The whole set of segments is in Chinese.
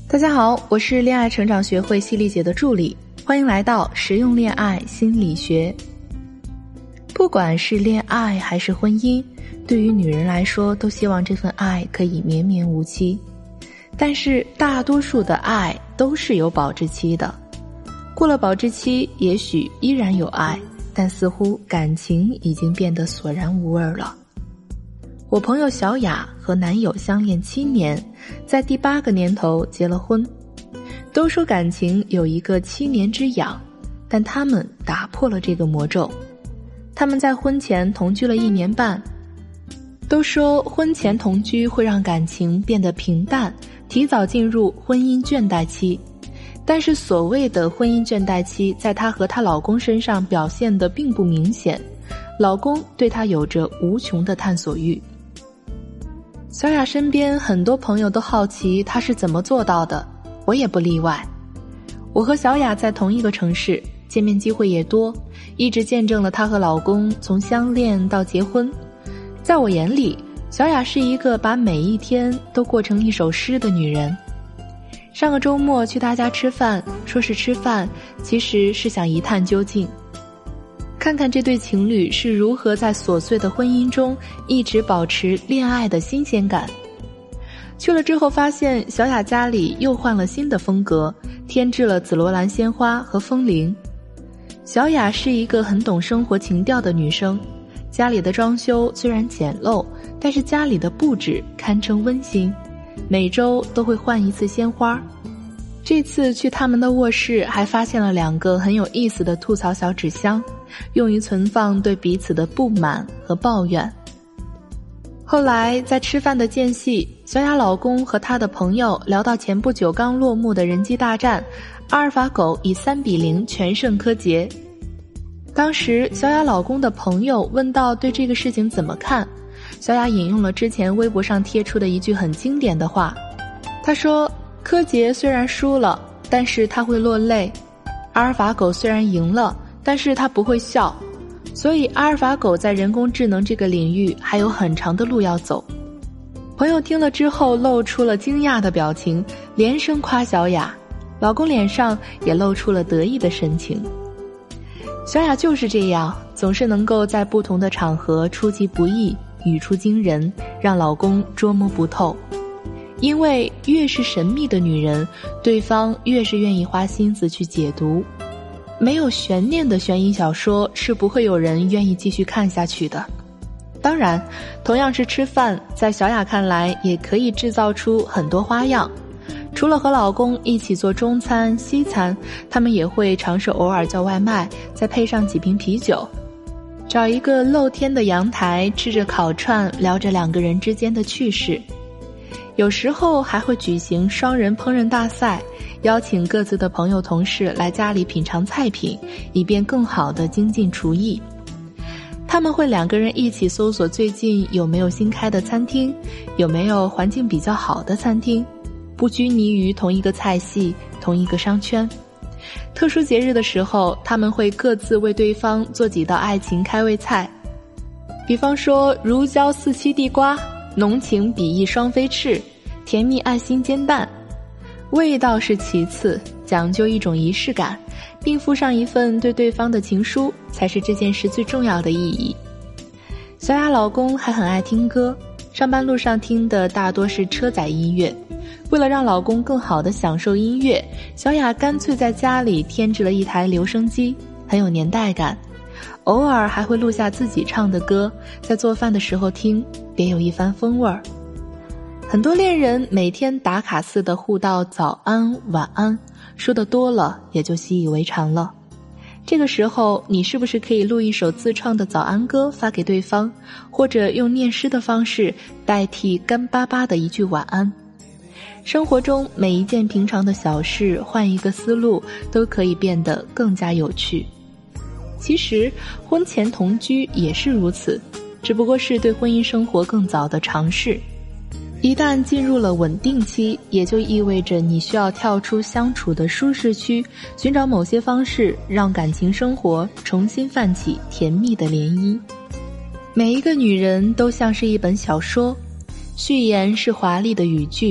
大家好，我是恋爱成长学会犀利姐的助理，欢迎来到实用恋爱心理学。不管是恋爱还是婚姻，对于女人来说都希望这份爱可以绵绵无期，但是大多数的爱都是有保质期的，过了保质期也许依然有爱，但似乎感情已经变得索然无味了。我朋友小雅和男友相恋7年，在第8个年头结了婚。都说感情有一个7年之痒，但他们打破了这个魔咒。他们在婚前同居了1年半。都说婚前同居会让感情变得平淡，提早进入婚姻倦怠期。但是所谓的婚姻倦怠期，在她和她老公身上表现得并不明显，老公对她有着无穷的探索欲。小雅身边很多朋友都好奇她是怎么做到的，我也不例外。我和小雅在同一个城市，见面机会也多，一直见证了她和老公从相恋到结婚。在我眼里，小雅是一个把每一天都过成一首诗的女人。上个周末去她家吃饭，说是吃饭，其实是想一探究竟，看看这对情侣是如何在琐碎的婚姻中一直保持恋爱的新鲜感。去了之后发现小雅家里又换了新的风格，添置了紫罗兰鲜花和风铃。小雅是一个很懂生活情调的女生，家里的装修虽然简陋，但是家里的布置堪称温馨，每周都会换一次鲜花。这次去他们的卧室还发现了2个很有意思的吐槽小纸箱，用于存放对彼此的不满和抱怨。后来在吃饭的间隙，小雅老公和他的朋友聊到前不久刚落幕的人机大战，阿尔法狗以3-0全胜柯洁。当时小雅老公的朋友问到对这个事情怎么看，小雅引用了之前微博上贴出的一句很经典的话，她说，柯洁虽然输了，但是他会落泪，阿尔法狗虽然赢了，但是他不会笑，所以阿尔法狗在人工智能这个领域还有很长的路要走。朋友听了之后露出了惊讶的表情，连声夸小雅，老公脸上也露出了得意的神情。小雅就是这样，总是能够在不同的场合出其不意，语出惊人，让老公捉摸不透。因为越是神秘的女人，对方越是愿意花心思去解读。没有悬念的悬疑小说是不会有人愿意继续看下去的。当然，同样是吃饭，在小雅看来也可以制造出很多花样。除了和老公一起做中餐西餐，他们也会尝试偶尔叫外卖，再配上几瓶啤酒，找一个露天的阳台，吃着烤串，聊着2个人之间的趣事。有时候还会举行双人烹饪大赛，邀请各自的朋友同事来家里品尝菜品，以便更好地精进厨艺。他们会2个人一起搜索最近有没有新开的餐厅，有没有环境比较好的餐厅，不拘泥于同一个菜系，同一个商圈。特殊节日的时候，他们会各自为对方做几道爱情开胃菜，比方说如胶似漆地瓜，浓情比翼双飞翅，甜蜜爱心煎蛋。味道是其次，讲究一种仪式感，并附上一份对对方的情书，才是这件事最重要的意义。小雅老公还很爱听歌，上班路上听的大多是车载音乐。为了让老公更好地享受音乐，小雅干脆在家里添置了一台留声机，很有年代感。偶尔还会录下自己唱的歌，在做饭的时候听，别有一番风味儿。很多恋人每天打卡似的互道早安晚安，说的多了也就习以为常了。这个时候，你是不是可以录一首自创的早安歌发给对方，或者用念诗的方式代替干巴巴的一句晚安？生活中每一件平常的小事，换一个思路，都可以变得更加有趣。其实婚前同居也是如此，只不过是对婚姻生活更早的尝试。一旦进入了稳定期，也就意味着你需要跳出相处的舒适区，寻找某些方式，让感情生活重新泛起甜蜜的涟漪。每一个女人都像是一本小说，序言是华丽的语句，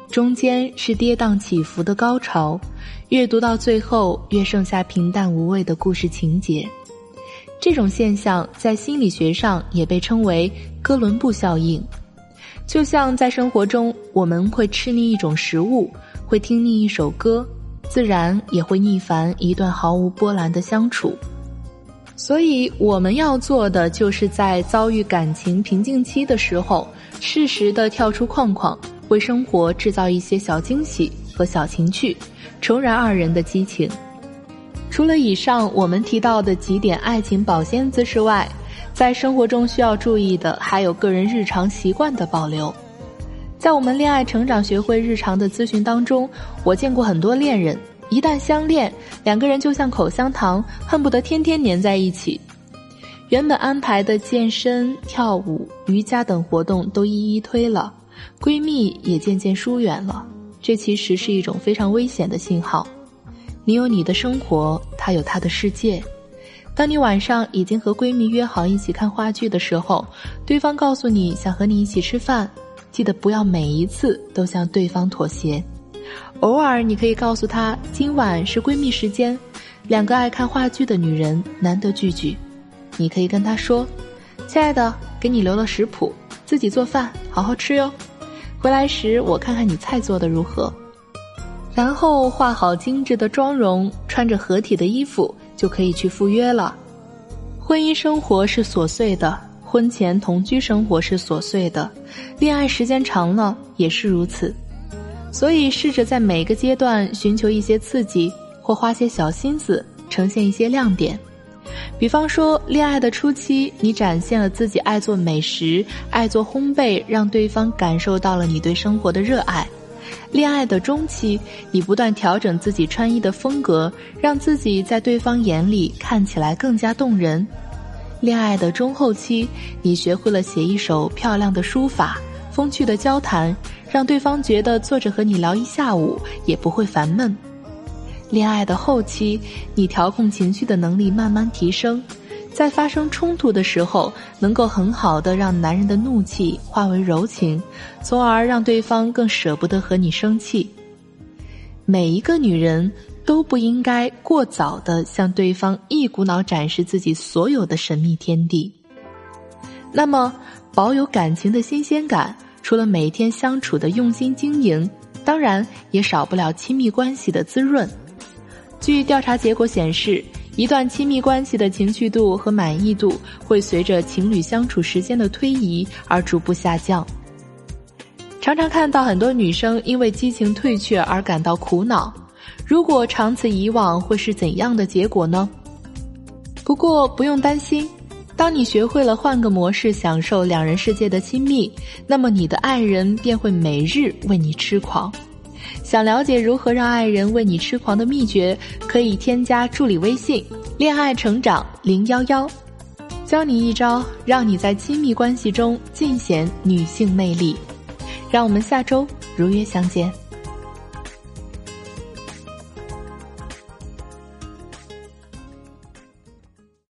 中间是跌宕起伏的高潮，越读到最后越剩下平淡无味的故事情节。这种现象在心理学上也被称为哥伦布效应。就像在生活中，我们会吃腻一种食物，会听腻一首歌，自然也会腻烦一段毫无波澜的相处。所以我们要做的就是在遭遇感情瓶颈期的时候，适时地跳出框框，为生活制造一些小惊喜和小情趣，重燃二人的激情。除了以上我们提到的几点爱情保鲜姿势外，在生活中需要注意的还有个人日常习惯的保留。在我们恋爱成长学会日常的咨询当中，我见过很多恋人，一旦相恋，两个人就像口香糖，恨不得天天黏在一起。原本安排的健身、跳舞、瑜伽等活动都一一推了，闺蜜也渐渐疏远了，这其实是一种非常危险的信号。你有你的生活，她有她的世界。当你晚上已经和闺蜜约好一起看话剧的时候，对方告诉你想和你一起吃饭，记得不要每一次都向对方妥协。偶尔你可以告诉她，今晚是闺蜜时间，两个爱看话剧的女人难得聚聚。你可以跟她说，亲爱的，给你留了食谱，自己做饭好好吃哟，回来时我看看你菜做得如何。然后化好精致的妆容，穿着合体的衣服，就可以去赴约了。婚姻生活是琐碎的，婚前同居生活是琐碎的，恋爱时间长了也是如此。所以试着在每个阶段寻求一些刺激，或花些小心思，呈现一些亮点。比方说，恋爱的初期，你展现了自己爱做美食、爱做烘焙，让对方感受到了你对生活的热爱。恋爱的中期，你不断调整自己穿衣的风格，让自己在对方眼里看起来更加动人。恋爱的中后期，你学会了写一手漂亮的书法，风趣的交谈，让对方觉得坐着和你聊一下午也不会烦闷。恋爱的后期，你调控情绪的能力慢慢提升，在发生冲突的时候，能够很好的让男人的怒气化为柔情，从而让对方更舍不得和你生气。每一个女人都不应该过早地向对方一股脑展示自己所有的神秘天地。那么，保有感情的新鲜感，除了每天相处的用心经营，当然也少不了亲密关系的滋润。据调查结果显示，一段亲密关系的情趣度和满意度会随着情侣相处时间的推移而逐步下降。常常看到很多女生因为激情退却而感到苦恼，如果长此以往会是怎样的结果呢？不过不用担心，当你学会了换个模式享受两人世界的亲密，那么你的爱人便会每日为你痴狂。想了解如何让爱人为你痴狂的秘诀，可以添加助理微信恋爱成长011，教你一招让你在亲密关系中尽显女性魅力。让我们下周如约相见。